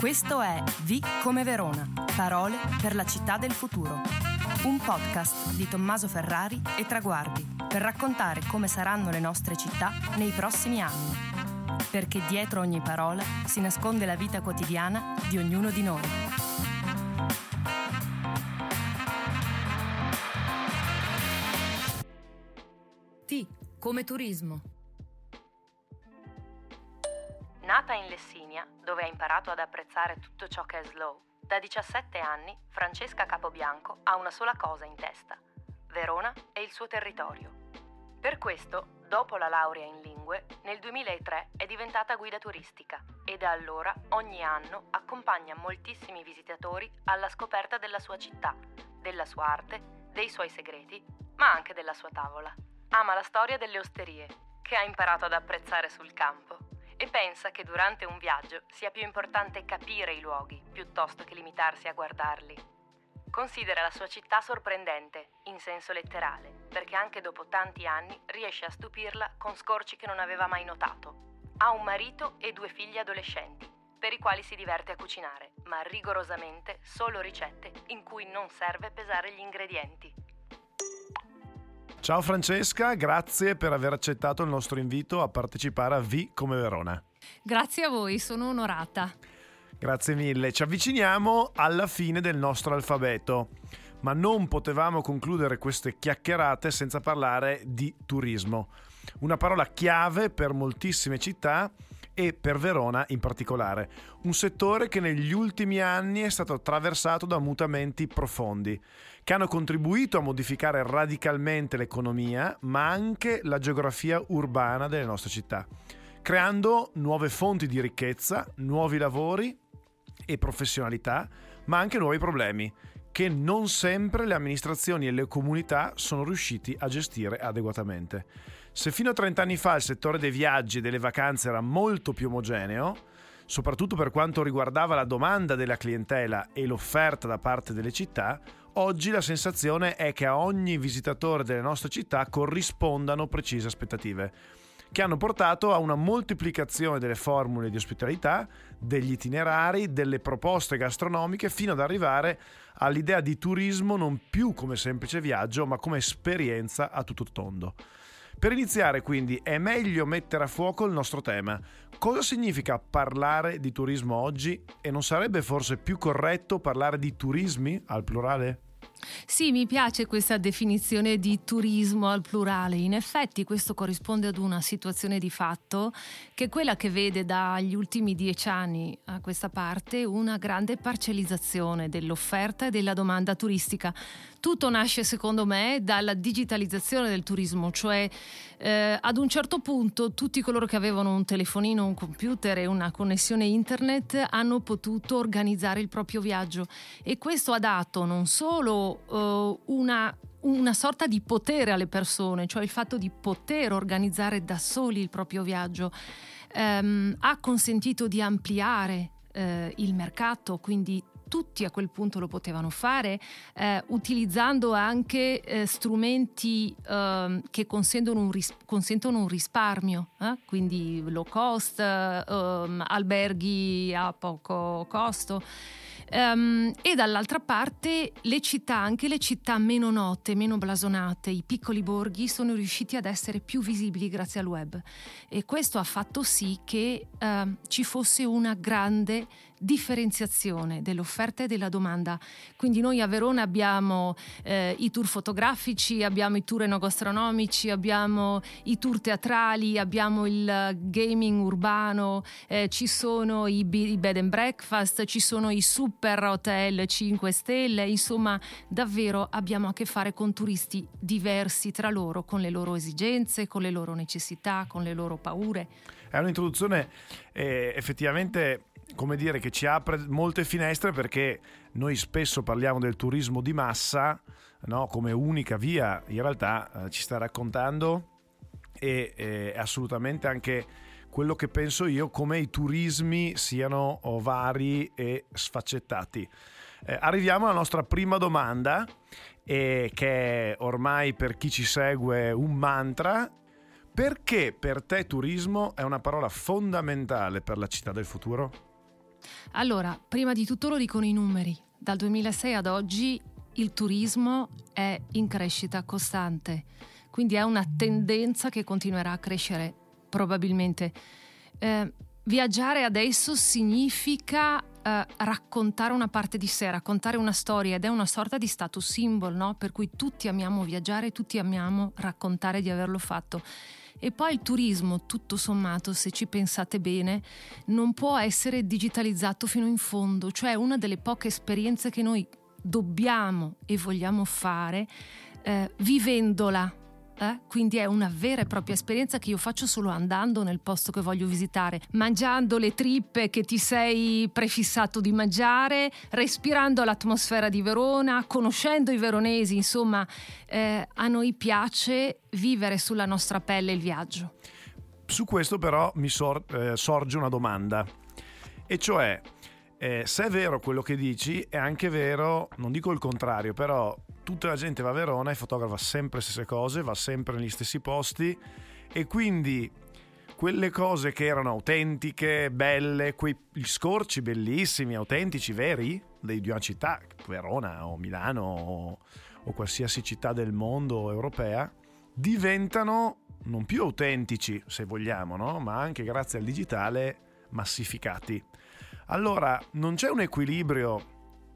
Questo è V come Verona, parole per la città del futuro. Un podcast di Tommaso Ferrari e Traguardi per raccontare come saranno le nostre città nei prossimi anni. Perché dietro ogni parola si nasconde la vita quotidiana di ognuno di noi. T come turismo. Nata in Lessinia, dove ha imparato ad apprezzare tutto ciò che è slow, da 17 anni Francesca Capobianco ha una sola cosa in testa: Verona e il suo territorio. Per questo, dopo la laurea in lingue, nel 2003 è diventata guida turistica e da allora ogni anno accompagna moltissimi visitatori alla scoperta della sua città, della sua arte, dei suoi segreti, ma anche della sua tavola. Ama la storia delle osterie, che ha imparato ad apprezzare sul campo, e pensa che durante un viaggio sia più importante capire i luoghi piuttosto che limitarsi a guardarli. Considera la sua città sorprendente, in senso letterale, perché anche dopo tanti anni riesce a stupirla con scorci che non aveva mai notato. Ha un marito e 2 figli adolescenti, per i quali si diverte a cucinare, ma rigorosamente solo ricette in cui non serve pesare gli ingredienti. Ciao Francesca, grazie per aver accettato il nostro invito a partecipare a V come Verona. Grazie a voi, sono onorata. Grazie mille. Ci avviciniamo alla fine del nostro alfabeto, ma non potevamo concludere queste chiacchierate senza parlare di turismo. Una parola chiave per moltissime città e per Verona in particolare. Un settore che negli ultimi anni è stato attraversato da mutamenti profondi, che hanno contribuito a modificare radicalmente l'economia, ma anche la geografia urbana delle nostre città, creando nuove fonti di ricchezza, nuovi lavori e professionalità, ma anche nuovi problemi che non sempre le amministrazioni e le comunità sono riusciti a gestire adeguatamente. Se fino a 30 anni fa il settore dei viaggi e delle vacanze era molto più omogeneo, soprattutto per quanto riguardava la domanda della clientela e l'offerta da parte delle città, oggi la sensazione è che a ogni visitatore delle nostre città corrispondano precise aspettative, che hanno portato a una moltiplicazione delle formule di ospitalità, degli itinerari, delle proposte gastronomiche, fino ad arrivare all'idea di turismo non più come semplice viaggio, ma come esperienza a tutto tondo. Per iniziare, quindi, è meglio mettere a fuoco il nostro tema. Cosa significa parlare di turismo oggi? E non sarebbe forse più corretto parlare di turismi al plurale? Sì, mi piace questa definizione di turismo al plurale. In effetti questo corrisponde ad una situazione di fatto che è quella che vede dagli ultimi 10 anni a questa parte una grande parcellizzazione dell'offerta e della domanda turistica. Tutto nasce, secondo me, dalla digitalizzazione del turismo, cioè ad un certo punto tutti coloro che avevano un telefonino, un computer e una connessione internet hanno potuto organizzare il proprio viaggio, e questo ha dato non solo una sorta di potere alle persone, cioè il fatto di poter organizzare da soli il proprio viaggio, ha consentito di ampliare il mercato, quindi tutti a quel punto lo potevano fare, utilizzando anche strumenti che consentono un risparmio, quindi low cost, alberghi a poco costo. E dall'altra parte le città, anche le città meno note, meno blasonate, i piccoli borghi, sono riusciti ad essere più visibili grazie al web, e questo ha fatto sì che ci fosse una grande differenziazione dell'offerta e della domanda. Quindi noi a Verona abbiamo i tour fotografici, abbiamo i tour enogastronomici, abbiamo i tour teatrali, abbiamo il gaming urbano, ci sono i bed and breakfast, ci sono i super hotel 5 stelle, insomma davvero abbiamo a che fare con turisti diversi tra loro, con le loro esigenze, con le loro necessità, con le loro paure. È un'introduzione effettivamente, come dire, che ci apre molte finestre, perché noi spesso parliamo del turismo di massa, no? Come unica via. In realtà ci sta raccontando e assolutamente anche quello che penso io, come i turismi siano vari e sfaccettati. Arriviamo alla nostra prima domanda, che è ormai per chi ci segue un mantra. Perché per te turismo è una parola fondamentale per la città del futuro? Allora, prima di tutto lo dicono i numeri. Dal 2006 ad oggi il turismo è in crescita costante, quindi è una tendenza che continuerà a crescere probabilmente. Viaggiare adesso significa raccontare una parte di sé, raccontare una storia, ed è una sorta di status symbol, no? Per cui tutti amiamo viaggiare, tutti amiamo raccontare di averlo fatto. E poi il turismo, tutto sommato, se ci pensate bene, non può essere digitalizzato fino in fondo, cioè una delle poche esperienze che noi dobbiamo e vogliamo fare vivendola. Quindi è una vera e propria esperienza che io faccio solo andando nel posto che voglio visitare, mangiando le trippe che ti sei prefissato di mangiare, respirando l'atmosfera di Verona, conoscendo i veronesi. Insomma, a noi piace vivere sulla nostra pelle il viaggio. Su questo però mi sorge una domanda, e cioè se è vero quello che dici, è anche vero, non dico il contrario, però tutta la gente va a Verona e fotografa sempre le stesse cose, va sempre negli stessi posti, e quindi quelle cose che erano autentiche, belle, gli scorci bellissimi, autentici, veri, di una città, Verona o Milano o qualsiasi città del mondo europea, diventano non più autentici, se vogliamo, no? Ma anche grazie al digitale massificati. Allora, non c'è un equilibrio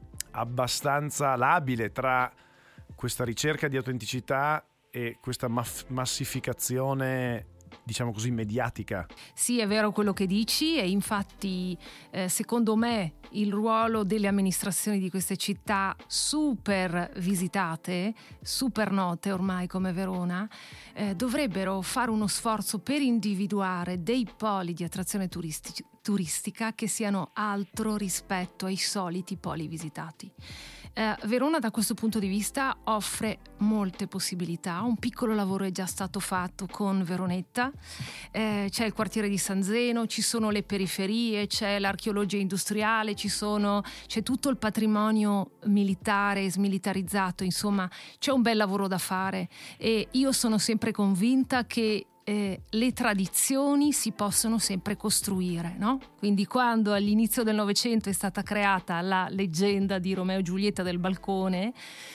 abbastanza labile tra questa ricerca di autenticità e questa massificazione, diciamo così, mediatica? Sì, è vero quello che dici, e infatti secondo me il ruolo delle amministrazioni di queste città super visitate, super note ormai come Verona, dovrebbero fare uno sforzo per individuare dei poli di attrazione turistica che siano altro rispetto ai soliti poli visitati. Verona da questo punto di vista offre molte possibilità. Un piccolo lavoro è già stato fatto con Veronetta, c'è il quartiere di San Zeno, ci sono le periferie, c'è l'archeologia industriale, c'è tutto il patrimonio militare e smilitarizzato. Insomma, c'è un bel lavoro da fare, e io sono sempre convinta che le tradizioni si possono sempre costruire, no? Quindi quando all'inizio del Novecento è stata creata la leggenda di Romeo e Giulietta del balcone,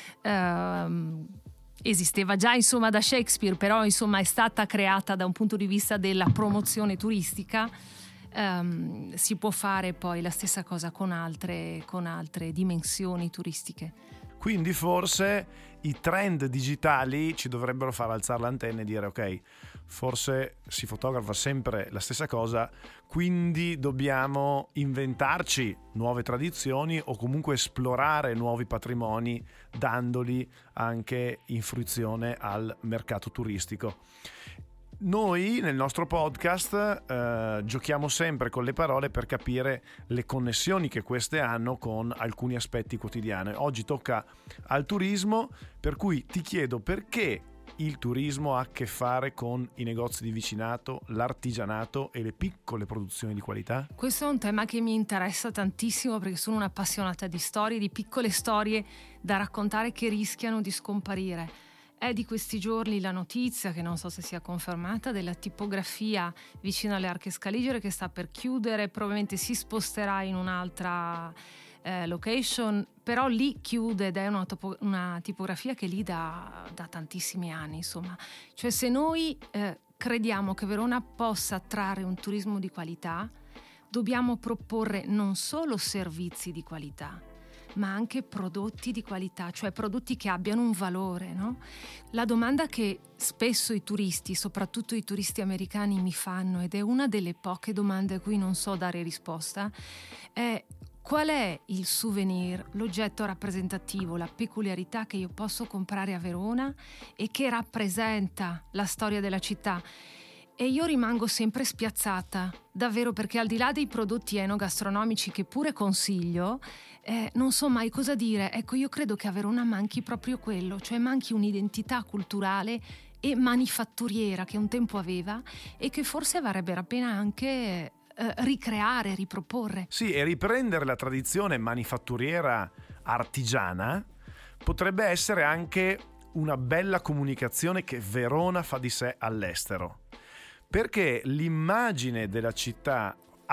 esisteva già insomma da Shakespeare, però insomma è stata creata da un punto di vista della promozione turistica. Si può fare poi la stessa cosa con altre dimensioni turistiche. Quindi forse i trend digitali ci dovrebbero far alzare l'antenna e dire ok, forse si fotografa sempre la stessa cosa, quindi dobbiamo inventarci nuove tradizioni o comunque esplorare nuovi patrimoni, dandoli anche in fruizione al mercato turistico. Noi nel nostro podcast giochiamo sempre con le parole per capire le connessioni che queste hanno con alcuni aspetti quotidiani. Oggi tocca al turismo, per cui ti chiedo perché il turismo ha a che fare con i negozi di vicinato, l'artigianato e le piccole produzioni di qualità? Questo è un tema che mi interessa tantissimo, perché sono un'appassionata di storie, di piccole storie da raccontare che rischiano di scomparire. È di questi giorni la notizia, che non so se sia confermata, della tipografia vicino alle Arche Scaligere che sta per chiudere, probabilmente si sposterà in un'altra location, però lì chiude, ed è una tipografia che lì da tantissimi anni, insomma. Cioè, se noi crediamo che Verona possa attrarre un turismo di qualità, dobbiamo proporre non solo servizi di qualità, ma anche prodotti di qualità, cioè prodotti che abbiano un valore, no? La domanda che spesso i turisti, soprattutto i turisti americani, mi fanno, ed è una delle poche domande a cui non so dare risposta, è: qual è il souvenir, l'oggetto rappresentativo, la peculiarità che io posso comprare a Verona e che rappresenta la storia della città? E io rimango sempre spiazzata, davvero, perché al di là dei prodotti enogastronomici che pure consiglio, non so mai cosa dire. Ecco, io credo che a Verona manchi proprio quello, cioè manchi un'identità culturale e manifatturiera che un tempo aveva e che forse varrebbe la pena anche ricreare, riproporre. Sì, e riprendere la tradizione manifatturiera artigiana potrebbe essere anche una bella comunicazione che Verona fa di sé all'estero. Perché l'immagine della città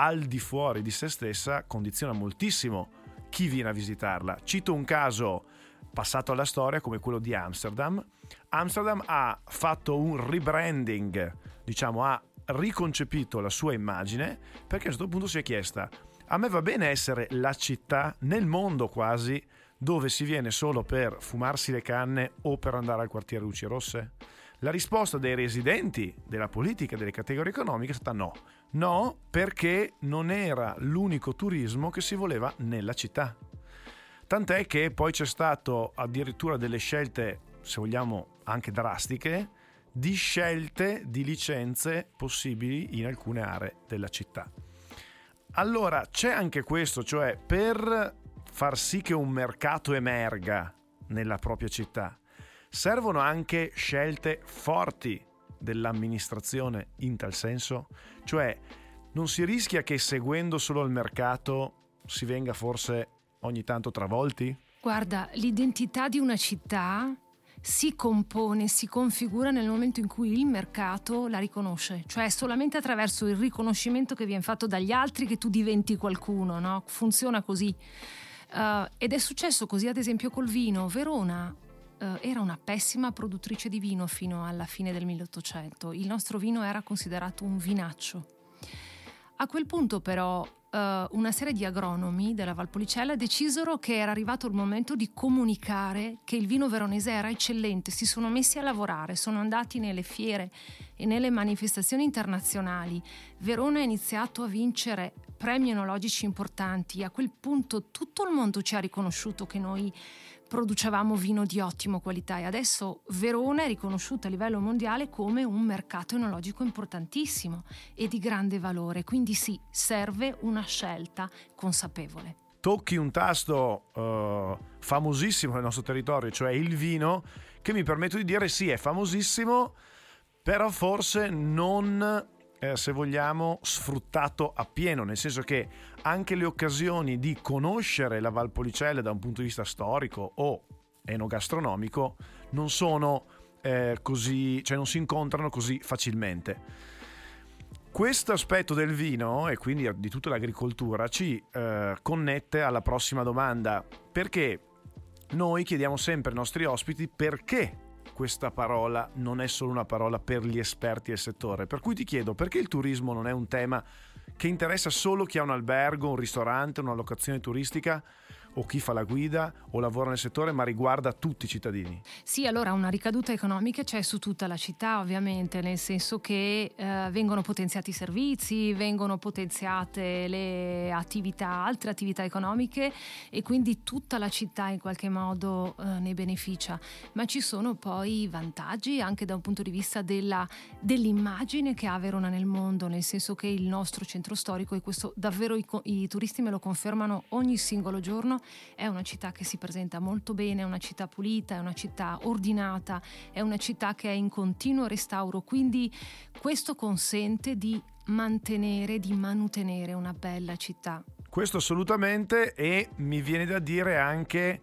al di fuori di se stessa condiziona moltissimo chi viene a visitarla. Cito un caso passato alla storia come quello di Amsterdam. Amsterdam ha fatto un rebranding, diciamo, ha riconcepito la sua immagine, perché a un certo punto si è chiesta: a me va bene essere la città nel mondo quasi dove si viene solo per fumarsi le canne o per andare al quartiere Luci Rosse? La risposta dei residenti, della politica e delle categorie economiche è stata no. No, perché non era l'unico turismo che si voleva nella città. Tant'è che poi c'è stato addirittura delle scelte, se vogliamo anche drastiche, di scelte di licenze possibili in alcune aree della città. Allora c'è anche questo, cioè per far sì che un mercato emerga nella propria città servono anche scelte forti dell'amministrazione in tal senso, cioè non si rischia che seguendo solo il mercato si venga forse ogni tanto travolti? Guarda, l'identità di una città si compone, si configura nel momento in cui il mercato la riconosce, cioè solamente attraverso il riconoscimento che viene fatto dagli altri che tu diventi qualcuno, no? Funziona così. Ed è successo così ad esempio col vino. Verona era una pessima produttrice di vino fino alla fine del 1800. Il nostro vino era considerato un vinaccio. A quel punto però una serie di agronomi della Valpolicella decisero che era arrivato il momento di comunicare che il vino veronese era eccellente. Si sono messi a lavorare, sono andati nelle fiere e nelle manifestazioni internazionali. Verona ha iniziato a vincere premi enologici importanti. A quel punto tutto il mondo ci ha riconosciuto che noi producevamo vino di ottima qualità e adesso Verona è riconosciuta a livello mondiale come un mercato enologico importantissimo e di grande valore. Quindi sì, serve una scelta consapevole. Tocchi un tasto famosissimo nel nostro territorio, cioè il vino, che mi permetto di dire sì, è famosissimo, però forse non se vogliamo sfruttato appieno, nel senso che anche le occasioni di conoscere la Valpolicella da un punto di vista storico o enogastronomico non sono così, cioè non si incontrano così facilmente. Questo aspetto del vino e quindi di tutta l'agricoltura ci connette alla prossima domanda, perché noi chiediamo sempre ai nostri ospiti perché questa parola non è solo una parola per gli esperti del settore. Per cui ti chiedo, perché il turismo non è un tema che interessa solo chi ha un albergo, un ristorante, una locazione turistica o chi fa la guida o lavora nel settore, ma riguarda tutti i cittadini? Sì, allora una ricaduta economica c'è su tutta la città, ovviamente, nel senso che vengono potenziati i servizi, vengono potenziate le attività, altre attività economiche e quindi tutta la città in qualche modo ne beneficia. Ma ci sono poi vantaggi anche da un punto di vista dell'immagine che ha Verona nel mondo, nel senso che il nostro centro storico, e questo davvero i turisti me lo confermano ogni singolo giorno, è una città che si presenta molto bene, è una città pulita, è una città ordinata, è una città che è in continuo restauro, quindi questo consente di manutenere una bella città. Questo assolutamente, e mi viene da dire anche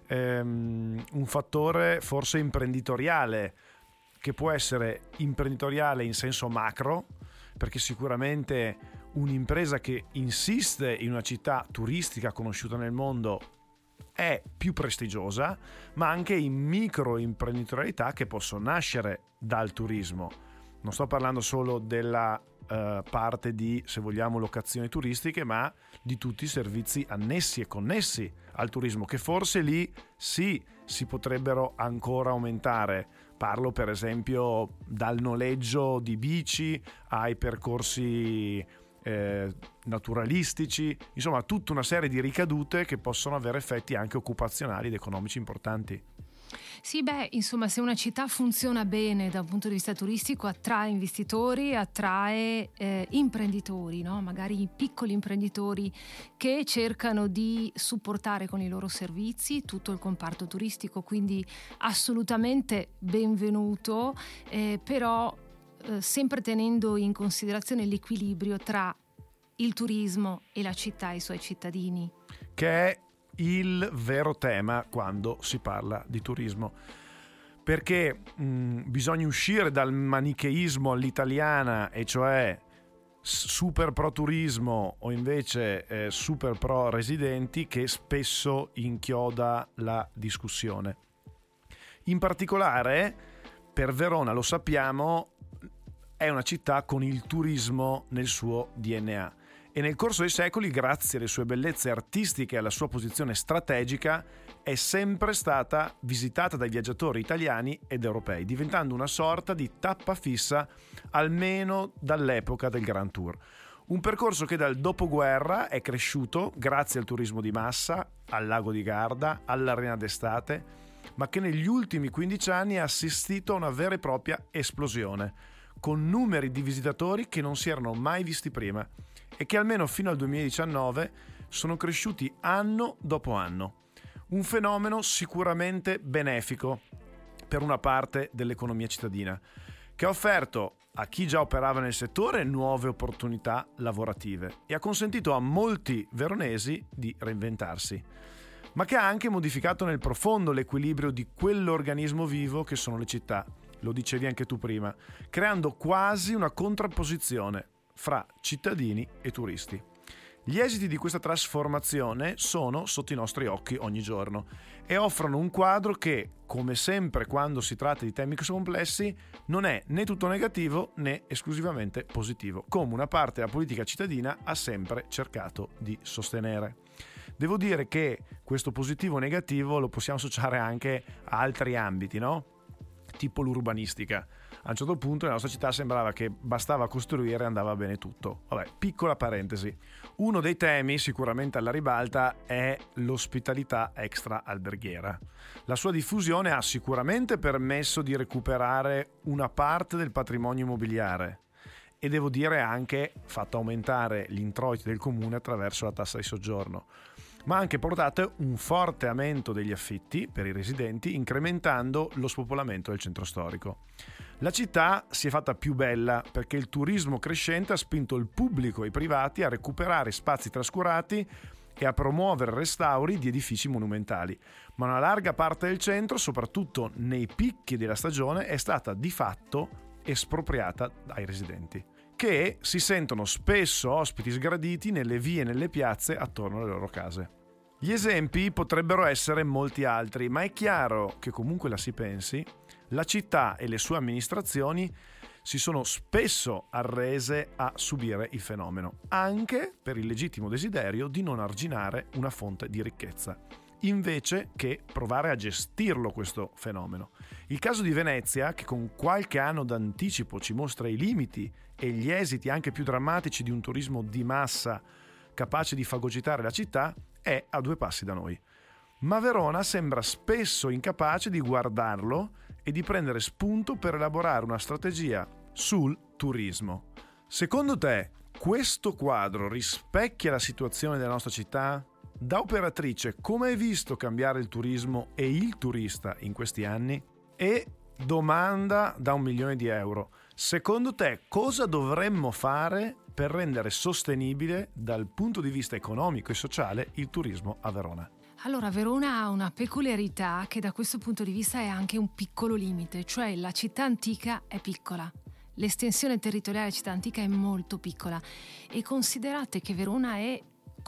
un fattore forse imprenditoriale, che può essere imprenditoriale in senso macro, perché sicuramente un'impresa che insiste in una città turistica conosciuta nel mondo è più prestigiosa, ma anche in microimprenditorialità che possono nascere dal turismo. Non sto parlando solo della parte di, se vogliamo, locazioni turistiche, ma di tutti i servizi annessi e connessi al turismo, che forse lì sì si potrebbero ancora aumentare. Parlo per esempio dal noleggio di bici ai percorsi naturalistici, insomma tutta una serie di ricadute che possono avere effetti anche occupazionali ed economici importanti. Sì, insomma, se una città funziona bene da un punto di vista turistico attrae investitori, attrae imprenditori, no? Magari piccoli imprenditori che cercano di supportare con i loro servizi tutto il comparto turistico, quindi assolutamente benvenuto, però sempre tenendo in considerazione l'equilibrio tra il turismo e la città e i suoi cittadini. Che è il vero tema quando si parla di turismo, perché bisogna uscire dal manicheismo all'italiana, e cioè super pro turismo o invece super pro residenti che spesso inchioda la discussione. In particolare per Verona, lo sappiamo, è una città con il turismo nel suo DNA e nel corso dei secoli, grazie alle sue bellezze artistiche e alla sua posizione strategica, è sempre stata visitata dai viaggiatori italiani ed europei, diventando una sorta di tappa fissa almeno dall'epoca del Grand Tour. Un percorso che dal dopoguerra è cresciuto grazie al turismo di massa, al lago di Garda, all'Arena d'estate, ma che negli ultimi 15 anni ha assistito a una vera e propria esplosione, con numeri di visitatori che non si erano mai visti prima e che almeno fino al 2019 sono cresciuti anno dopo anno. Un fenomeno sicuramente benefico per una parte dell'economia cittadina, che ha offerto a chi già operava nel settore nuove opportunità lavorative e ha consentito a molti veronesi di reinventarsi, ma che ha anche modificato nel profondo l'equilibrio di quell'organismo vivo che sono le città. Lo dicevi anche tu prima, creando quasi una contrapposizione fra cittadini e turisti. Gli esiti di questa trasformazione sono sotto i nostri occhi ogni giorno e offrono un quadro che, come sempre quando si tratta di temi complessi, non è né tutto negativo né esclusivamente positivo, come una parte della politica cittadina ha sempre cercato di sostenere. Devo dire che questo positivo o negativo lo possiamo associare anche a altri ambiti, no? Tipo l'urbanistica. A un certo punto nella nostra città sembrava che bastava costruire e andava bene tutto. Vabbè, piccola parentesi. Uno dei temi sicuramente alla ribalta è l'ospitalità extra alberghiera. La sua diffusione ha sicuramente permesso di recuperare una parte del patrimonio immobiliare e devo dire anche fatto aumentare gli introiti del comune attraverso la tassa di soggiorno, ma ha anche portato un forte aumento degli affitti per i residenti, incrementando lo spopolamento del centro storico. La città si è fatta più bella perché il turismo crescente ha spinto il pubblico e i privati a recuperare spazi trascurati e a promuovere restauri di edifici monumentali, ma una larga parte del centro, soprattutto nei picchi della stagione, è stata di fatto espropriata dai residenti, che si sentono spesso ospiti sgraditi nelle vie e nelle piazze attorno alle loro case. Gli esempi potrebbero essere molti altri, ma è chiaro che comunque la si pensi, la città e le sue amministrazioni si sono spesso arrese a subire il fenomeno, anche per il legittimo desiderio di non arginare una fonte di ricchezza, invece che provare a gestirlo questo fenomeno. Il caso di Venezia, che con qualche anno d'anticipo ci mostra i limiti e gli esiti anche più drammatici di un turismo di massa capace di fagocitare la città, è a 2 passi da noi. Ma Verona sembra spesso incapace di guardarlo e di prendere spunto per elaborare una strategia sul turismo. Secondo te, questo quadro rispecchia la situazione della nostra città? Da operatrice, come hai visto cambiare il turismo e il turista in questi anni? E domanda da 1 milione di euro. Secondo te, cosa dovremmo fare per rendere sostenibile dal punto di vista economico e sociale il turismo a Verona? Allora, Verona ha una peculiarità che da questo punto di vista è anche un piccolo limite, cioè la città antica è piccola. L'estensione territoriale della città antica è molto piccola e considerate che Verona è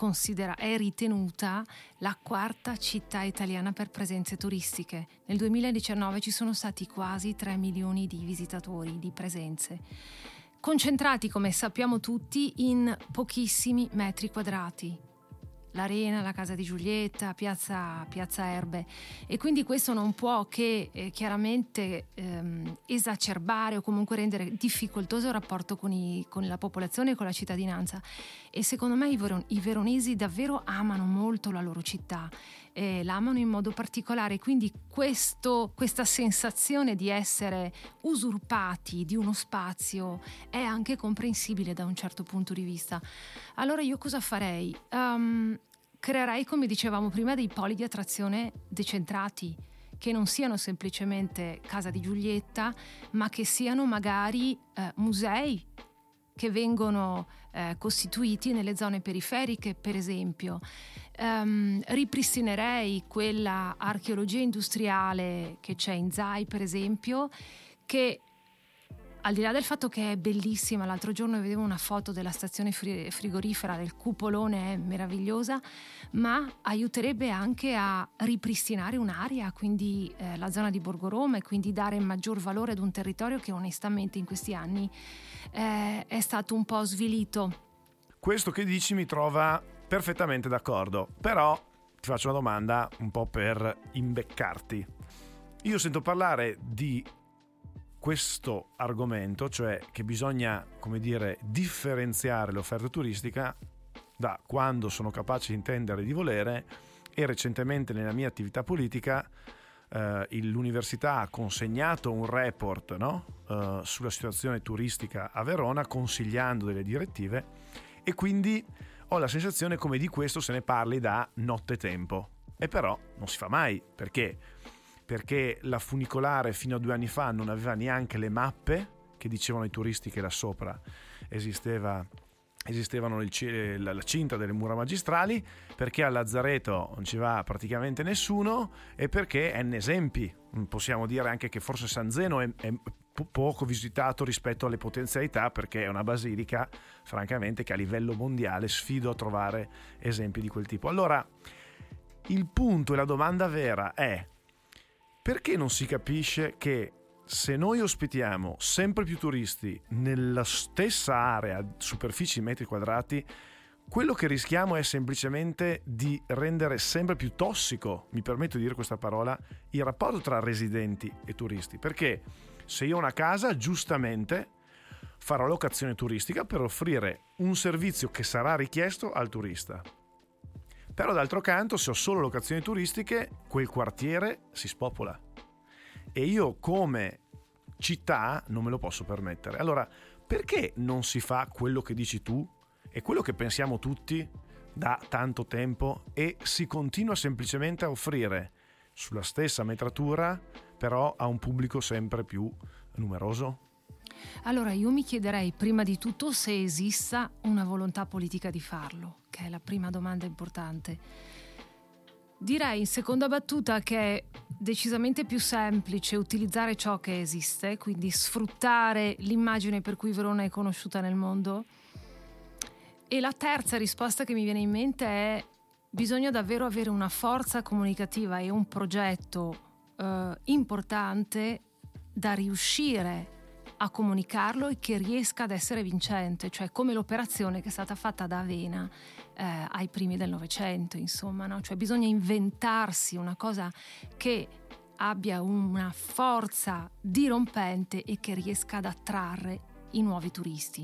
ritenuta la 4ª città italiana per presenze turistiche. Nel 2019 ci sono stati quasi 3 milioni di visitatori, di presenze, concentrati, come sappiamo tutti, in pochissimi metri quadrati. L'Arena, la Casa di Giulietta, Piazza Erbe, e quindi questo non può che chiaramente esacerbare o comunque rendere difficoltoso il rapporto con la popolazione e con la cittadinanza. E secondo me i veronesi davvero amano molto la loro città, la amano in modo particolare, quindi questa sensazione di essere usurpati di uno spazio è anche comprensibile da un certo punto di vista. Allora io cosa farei? Creerei, come dicevamo prima, dei poli di attrazione decentrati, che non siano semplicemente Casa di Giulietta, ma che siano magari musei che vengono costituiti nelle zone periferiche, per esempio. Ripristinerei quella archeologia industriale che c'è in Zai, per esempio, che al di là del fatto che è bellissima, l'altro giorno vedevo una foto della stazione frigorifera, del cupolone, è meravigliosa, ma aiuterebbe anche a ripristinare un'area, quindi la zona di Borgo Roma, e quindi dare maggior valore ad un territorio che onestamente in questi anni è stato un po' svilito. Questo che dici mi trova perfettamente d'accordo, però ti faccio una domanda un po' per imbeccarti. Io sento parlare di questo argomento, cioè che bisogna, come dire, differenziare l'offerta turistica da quando sono capace di intendere e di volere, e recentemente nella mia attività politica l'università ha consegnato un report, no? Sulla situazione turistica a Verona, consigliando delle direttive, e quindi ho la sensazione come di questo se ne parli da nottetempo, e però non si fa mai. Perché la funicolare fino a 2 anni fa non aveva neanche le mappe che dicevano ai turisti che là sopra esistevano la cinta delle mura magistrali, perché a Lazzareto non ci va praticamente nessuno, e perché n esempi. Possiamo dire anche che forse San Zeno è poco visitato rispetto alle potenzialità, perché è una basilica francamente che a livello mondiale sfido a trovare esempi di quel tipo. Allora il punto e la domanda vera è: perché non si capisce che se noi ospitiamo sempre più turisti nella stessa area, superficie di metri quadrati, quello che rischiamo è semplicemente di rendere sempre più tossico, mi permetto di dire questa parola, il rapporto tra residenti e turisti? Perché se io ho una casa, giustamente farò locazione turistica per offrire un servizio che sarà richiesto al turista. Però d'altro canto, se ho solo locazioni turistiche, quel quartiere si spopola e io come città non me lo posso permettere. Allora, perché non si fa quello che dici tu e quello che pensiamo tutti da tanto tempo, e si continua semplicemente a offrire sulla stessa metratura, però a un pubblico sempre più numeroso? Allora io mi chiederei prima di tutto se esista una volontà politica di farlo, che è la prima domanda importante. Direi in seconda battuta che è decisamente più semplice utilizzare ciò che esiste, quindi sfruttare l'immagine per cui Verona è conosciuta nel mondo. E la terza risposta che mi viene in mente è: bisogna davvero avere una forza comunicativa e un progetto importante da riuscire a comunicarlo e che riesca ad essere vincente, cioè come l'operazione che è stata fatta da Avena ai primi del Novecento, insomma, no? Cioè bisogna inventarsi una cosa che abbia una forza dirompente e che riesca ad attrarre i nuovi turisti.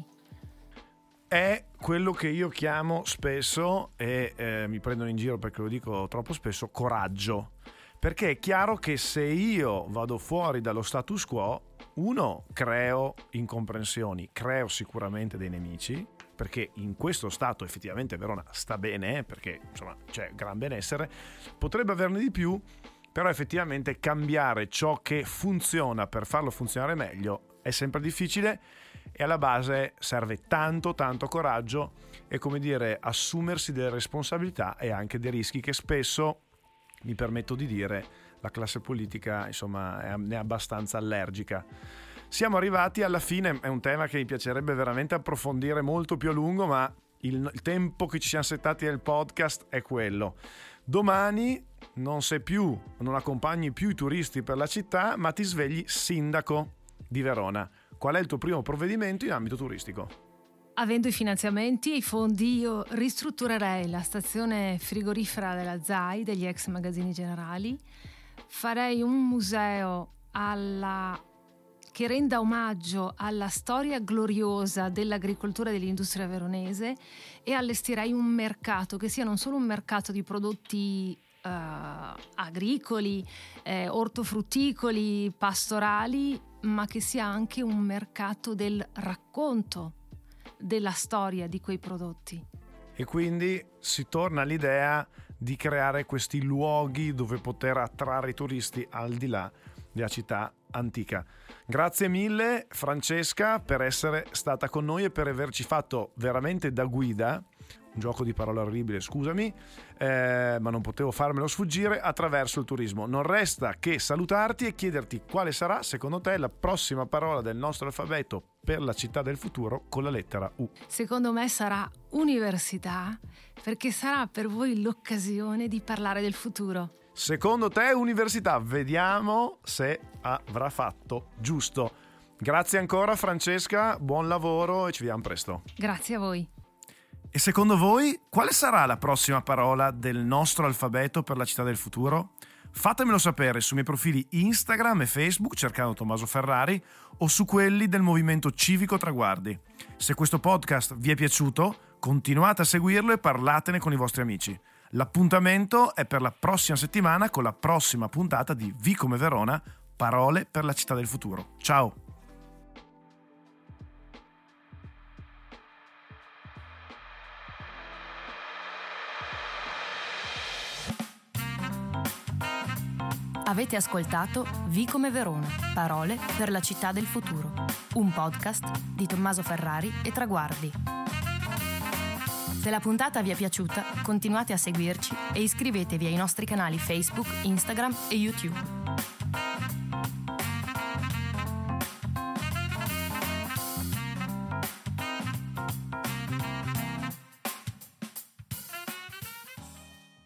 È quello che io chiamo spesso, e mi prendono in giro perché lo dico troppo spesso, coraggio. Perché è chiaro che se io vado fuori dallo status quo, uno, creo incomprensioni, creo sicuramente dei nemici, perché in questo stato effettivamente Verona sta bene, perché insomma c'è gran benessere, potrebbe averne di più, però effettivamente cambiare ciò che funziona per farlo funzionare meglio è sempre difficile, e alla base serve tanto coraggio e, come dire, assumersi delle responsabilità e anche dei rischi che spesso, mi permetto di dire, la classe politica insomma ne è abbastanza allergica. Siamo arrivati alla fine, è un tema che mi piacerebbe veramente approfondire molto più a lungo, ma il tempo che ci siamo settati nel podcast è quello. Domani non accompagni più i turisti per la città, ma ti svegli sindaco di Verona. Qual è il tuo primo provvedimento in ambito turistico? Avendo i finanziamenti e i fondi, io ristrutturerei la stazione frigorifera della ZAI, degli ex magazzini generali, farei un museo che renda omaggio alla storia gloriosa dell'agricoltura e dell'industria veronese, e allestirei un mercato che sia non solo un mercato di prodotti agricoli, ortofrutticoli, pastorali, ma che sia anche un mercato del racconto della storia di quei prodotti. E quindi si torna all'idea di creare questi luoghi dove poter attrarre i turisti al di là della città antica. Grazie mille Francesca per essere stata con noi e per averci fatto veramente da guida un gioco di parole orribile, scusami, ma non potevo farmelo sfuggire, attraverso il turismo. Non resta che salutarti e chiederti quale sarà, secondo te, la prossima parola del nostro alfabeto per la città del futuro con la lettera U. Secondo me sarà università, perché sarà per voi l'occasione di parlare del futuro. Secondo te università, vediamo se avrà fatto giusto. Grazie ancora Francesca, buon lavoro e ci vediamo presto. Grazie a voi. E secondo voi quale sarà la prossima parola del nostro alfabeto per la città del futuro? Fatemelo sapere sui miei profili Instagram e Facebook cercando Tommaso Ferrari o su quelli del Movimento Civico Traguardi. Se questo podcast vi è piaciuto, continuate a seguirlo e parlatene con i vostri amici. L'appuntamento è per la prossima settimana con la prossima puntata di V come Verona, parole per la città del futuro. Ciao! Avete ascoltato V come Verona, parole per la città del futuro, un podcast di Tommaso Ferrari e Traguardi. Se la puntata vi è piaciuta, continuate a seguirci e iscrivetevi ai nostri canali Facebook, Instagram e YouTube.